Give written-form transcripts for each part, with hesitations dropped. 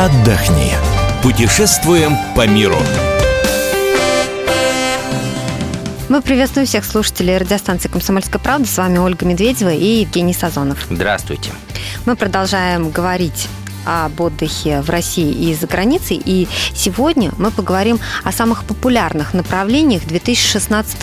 отдохни. Путешествуем по миру. Мы приветствуем всех слушателей радиостанции «Комсомольская правда». С вами Ольга Медведева и Евгений Сазонов. Здравствуйте. Мы продолжаем говорить об отдыхе в России и за границей. И сегодня мы поговорим о самых популярных направлениях 2016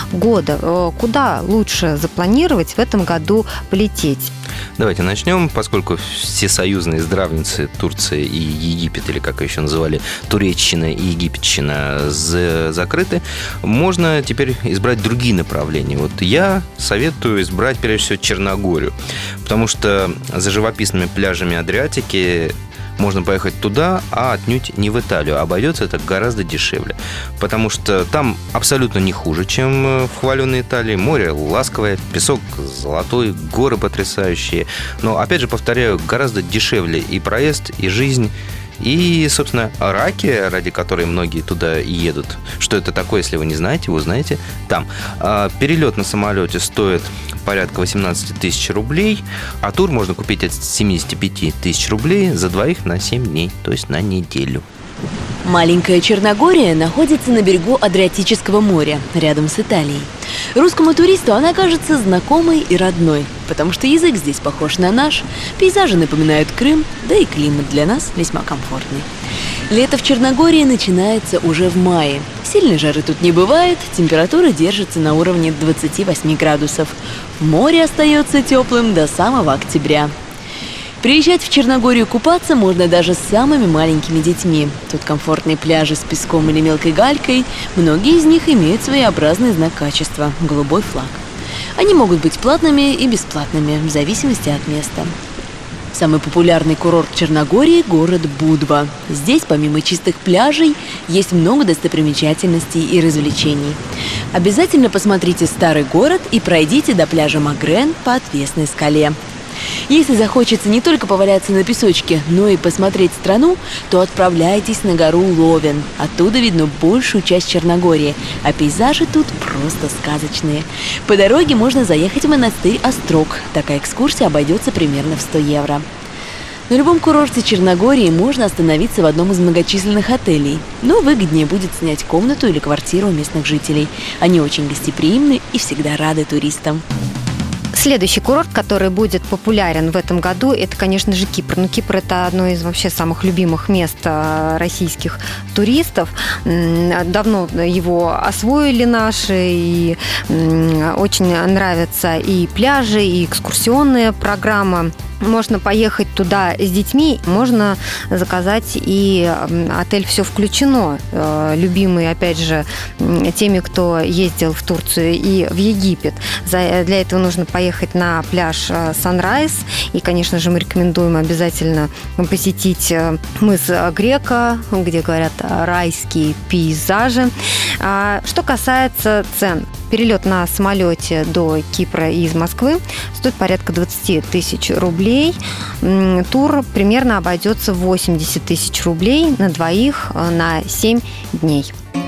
года. Куда лучше запланировать в этом году полететь? Давайте начнем, поскольку всесоюзные здравницы Турция и Египет, или как еще называли, Туреччина и Египетчина, закрыты, можно теперь избрать другие направления. Вот я советую избрать, прежде всего, Черногорию, потому что за живописными пляжами Адриатики можно поехать туда, а отнюдь не в Италию. Обойдется это гораздо дешевле, потому что там абсолютно не хуже, чем в хваленной Италии. Море ласковое, песок золотой, горы потрясающие. Но, опять же, повторяю, гораздо дешевле и проезд, и жизнь, и, собственно, Ракия, ради которой многие туда и едут. Что это такое, если вы не знаете, вы узнаете там. Перелет на самолете стоит порядка 18 тысяч рублей, а тур можно купить от 75 тысяч рублей за двоих на 7 дней, то есть на неделю. Маленькая Черногория находится на берегу Адриатического моря, рядом с Италией. Русскому туристу она кажется знакомой и родной, потому что язык здесь похож на наш, пейзажи напоминают Крым, да и климат для нас весьма комфортный. Лето в Черногории начинается уже в мае. Сильной жары тут не бывает, температура держится на уровне 28 градусов. Море остается теплым до самого октября. Приезжать в Черногорию купаться можно даже с самыми маленькими детьми. Тут комфортные пляжи с песком или мелкой галькой. Многие из них имеют своеобразный знак качества – голубой флаг. Они могут быть платными и бесплатными, в зависимости от места. Самый популярный курорт Черногории – город Будва. Здесь, помимо чистых пляжей, есть много достопримечательностей и развлечений. Обязательно посмотрите старый город и пройдите до пляжа Магрен по отвесной скале. Если захочется не только поваляться на песочке, но и посмотреть страну, то отправляйтесь на гору Ловен. Оттуда видно большую часть Черногории, а пейзажи тут просто сказочные. По дороге можно заехать в монастырь Острог. Такая экскурсия обойдется примерно в 100 евро. На любом курорте Черногории можно остановиться в одном из многочисленных отелей, но выгоднее будет снять комнату или квартиру у местных жителей. Они очень гостеприимны и всегда рады туристам. Следующий курорт, который будет популярен в этом году, это, конечно же, Кипр. Но Кипр – это одно из вообще самых любимых мест российских туристов. Давно его освоили наши, и очень нравятся и пляжи, и экскурсионная программа. Можно поехать туда с детьми, можно заказать и отель «Все включено», любимый, опять же, теми, кто ездил в Турцию и в Египет. Для этого нужно поехать на пляж Санрайз, и, конечно же, мы рекомендуем обязательно посетить мыс Грека, где, говорят, райские пейзажи. Что касается цен, перелет на самолете до Кипра из Москвы стоит порядка 20 тысяч рублей. Тур примерно обойдется в 80 тысяч рублей на двоих на 7 дней.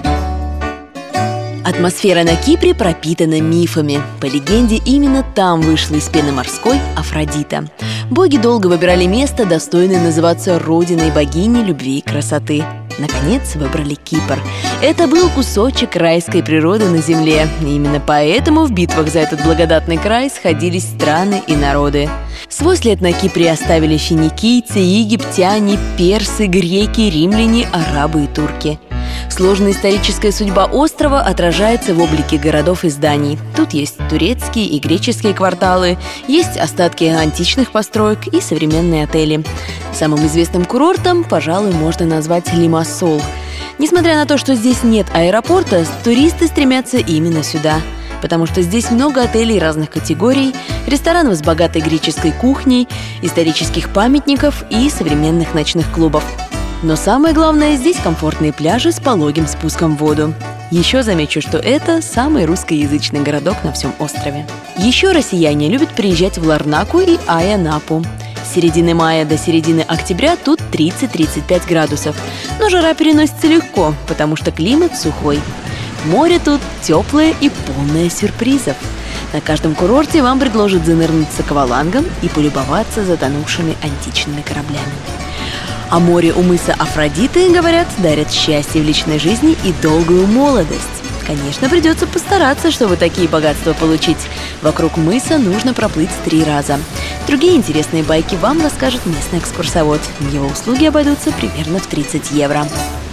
Атмосфера на Кипре пропитана мифами. По легенде, именно там вышла из пены морской Афродита. Боги долго выбирали место, достойное называться родиной богини любви и красоты. Наконец выбрали Кипр. Это был кусочек райской природы на земле. И именно поэтому в битвах за этот благодатный край сходились страны и народы. Свой след на Кипре оставили финикийцы, египтяне, персы, греки, римляне, арабы и турки. Сложная историческая судьба острова отражается в облике городов и зданий. Тут есть турецкие и греческие кварталы, есть остатки античных построек и современные отели. Самым известным курортом, пожалуй, можно назвать Лимассол. Несмотря на то, что здесь нет аэропорта, туристы стремятся именно сюда, потому что здесь много отелей разных категорий, ресторанов с богатой греческой кухней, исторических памятников и современных ночных клубов. Но самое главное, здесь комфортные пляжи с пологим спуском в воду. Еще замечу, что это самый русскоязычный городок на всем острове. Еще россияне любят приезжать в Ларнаку и Айя-Напу. С середины мая до середины октября тут 30-35 градусов. Но жара переносится легко, потому что климат сухой. Море тут теплое и полное сюрпризов. На каждом курорте вам предложат занырнуть с аквалангом и полюбоваться затонувшими античными кораблями. А море у мыса Афродиты, говорят, дарит счастье в личной жизни и долгую молодость. Конечно, придется постараться, чтобы такие богатства получить. Вокруг мыса нужно проплыть 3 раза. Другие интересные байки вам расскажет местный экскурсовод. Его услуги обойдутся примерно в 30 евро.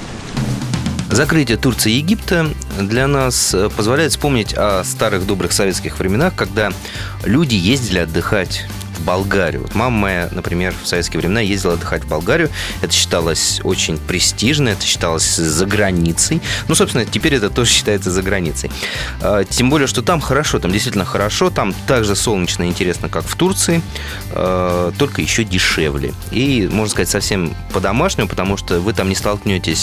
Закрытие Турции и Египта для нас позволяет вспомнить о старых добрых советских временах, когда люди ездили отдыхать в Болгарию. Вот мама моя, например, в советские времена ездила отдыхать в Болгарию. Это считалось очень престижно, это считалось за границей. Ну, собственно, теперь это тоже считается за границей. Тем более, что там хорошо, там действительно хорошо, там так же солнечно и интересно, как в Турции, только еще дешевле. И, можно сказать, совсем по-домашнему, потому что вы там не столкнетесь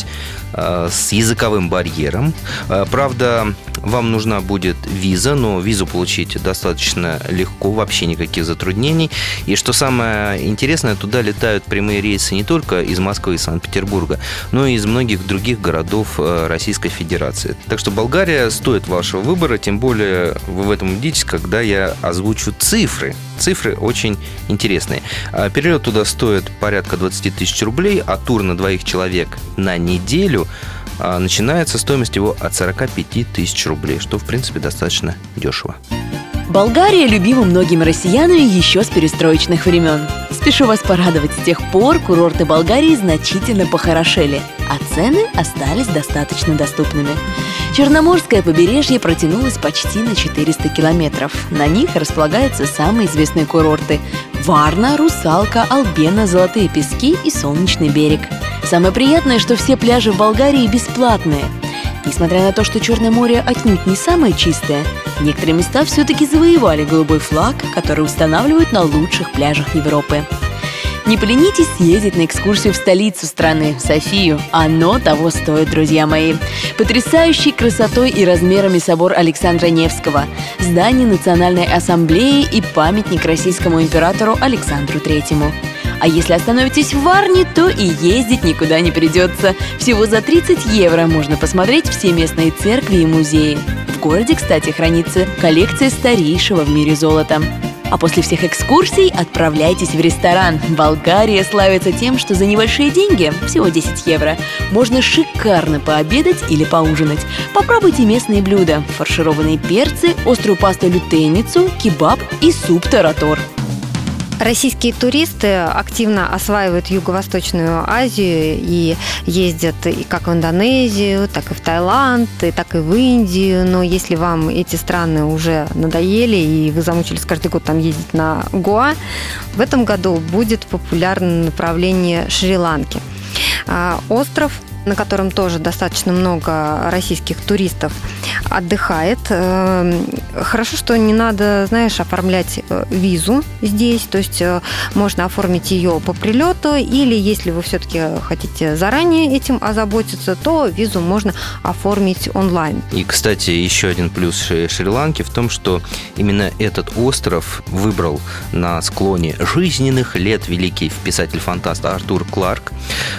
с языковым барьером. Правда, вам нужна будет виза, но визу получить достаточно легко, вообще никаких затруднений. И что самое интересное, туда летают прямые рейсы не только из Москвы и Санкт-Петербурга, но и из многих других городов Российской Федерации. Так что Болгария стоит вашего выбора, тем более вы в этом убедитесь, когда я озвучу цифры. Цифры очень интересные. Перелет туда стоит порядка 20 тысяч рублей, а тур на 2 человек на неделю начинается стоимость его от 45 тысяч рублей, что, в принципе, достаточно дешево. Болгария любима многими россиянами еще с перестроечных времен. Спешу вас порадовать, с тех пор курорты Болгарии значительно похорошели, а цены остались достаточно доступными. Черноморское побережье протянулось почти на 400 километров. На них располагаются самые известные курорты – Варна, Русалка, Албена, Золотые пески и Солнечный берег. Самое приятное, что все пляжи в Болгарии бесплатные. Несмотря на то, что Черное море отнюдь не самое чистое, некоторые места все-таки завоевали голубой флаг, который устанавливают на лучших пляжах Европы. Не поленитесь съездить на экскурсию в столицу страны, в Софию. Оно того стоит, друзья мои. Потрясающей красотой и размерами собор Александра Невского, здание Национальной ассамблеи и памятник российскому императору Александру Третьему. А если остановитесь в Варне, то и ездить никуда не придется. Всего за 30 евро можно посмотреть все местные церкви и музеи. В городе, кстати, хранится коллекция старейшего в мире золота. А после всех экскурсий отправляйтесь в ресторан. Болгария славится тем, что за небольшие деньги, всего 10 евро, можно шикарно пообедать или поужинать. Попробуйте местные блюда: фаршированные перцы, острую пасту лютеницу, кебаб и суп таратор. Российские туристы активно осваивают Юго-Восточную Азию и ездят и как в Индонезию, так и в Таиланд, и так и в Индию. Но если вам эти страны уже надоели и вы замучились каждый год там ездить на Гоа, в этом году будет популярное направление Шри-Ланки. Остров, на котором тоже достаточно много российских туристов отдыхает. Хорошо, что не надо, знаешь, оформлять визу здесь, то есть можно оформить ее по прилету, или если вы все-таки хотите заранее этим озаботиться, то визу можно оформить онлайн. И, кстати, еще один плюс Шри-Ланки в том, что именно этот остров выбрал на склоне жизненных лет великий писатель-фантаст Артур Кларк.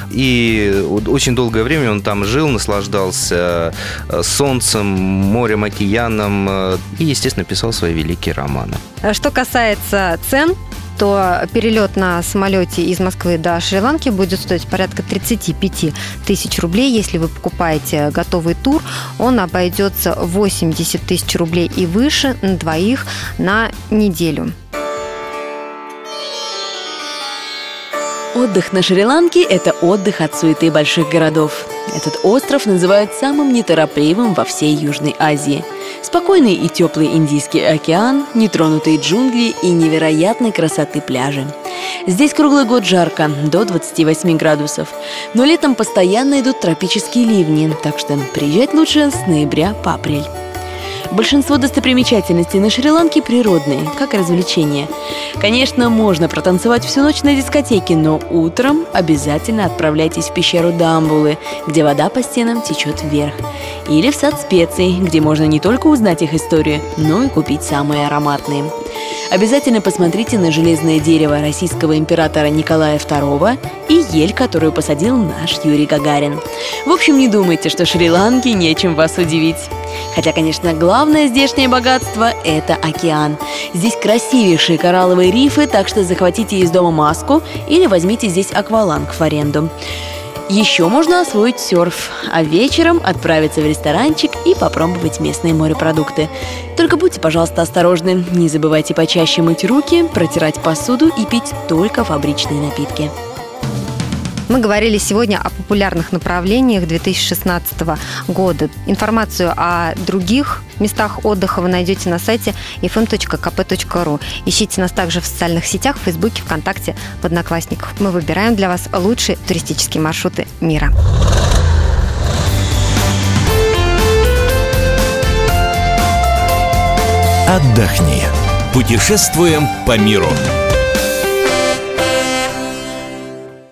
И очень долгое время он там жил, наслаждался солнцем, морем, океаном и, естественно, писал свои великие романы. Что касается цен, то перелет на самолете из Москвы до Шри-Ланки будет стоить порядка 35 тысяч рублей. Если вы покупаете готовый тур, он обойдется 80 тысяч рублей и выше на 2 на неделю. Отдых на Шри-Ланке – это отдых от суеты больших городов. Этот остров называют самым неторопливым во всей Южной Азии. Спокойный и теплый Индийский океан, нетронутые джунгли и невероятной красоты пляжи. Здесь круглый год жарко, до 28 градусов. Но летом постоянно идут тропические ливни, так что приезжать лучше с ноября по апрель. Большинство достопримечательностей на Шри-Ланке природные, как развлечения. Конечно, можно протанцевать всю ночь на дискотеке, но утром обязательно отправляйтесь в пещеру Дамбулы, где вода по стенам течет вверх. Или в сад специй, где можно не только узнать их историю, но и купить самые ароматные. Обязательно посмотрите на железное дерево российского императора Николая II и ель, которую посадил наш Юрий Гагарин. В общем, не думайте, что Шри-Ланке нечем вас удивить. Хотя, конечно, главное здешнее богатство – это океан. Здесь красивейшие коралловые рифы, так что захватите из дома маску или возьмите здесь акваланг в аренду. Еще можно освоить серф, а вечером отправиться в ресторанчик и попробовать местные морепродукты. Только будьте, пожалуйста, осторожны. Не забывайте почаще мыть руки, протирать посуду и пить только фабричные напитки. Мы говорили сегодня о популярных направлениях 2016 года. Информацию о других местах отдыха вы найдете на сайте fm.kp.ru. Ищите нас также в социальных сетях, в Фейсбуке, ВКонтакте, в Одноклассниках. Мы выбираем для вас лучшие туристические маршруты мира. Отдохни. Путешествуем по миру.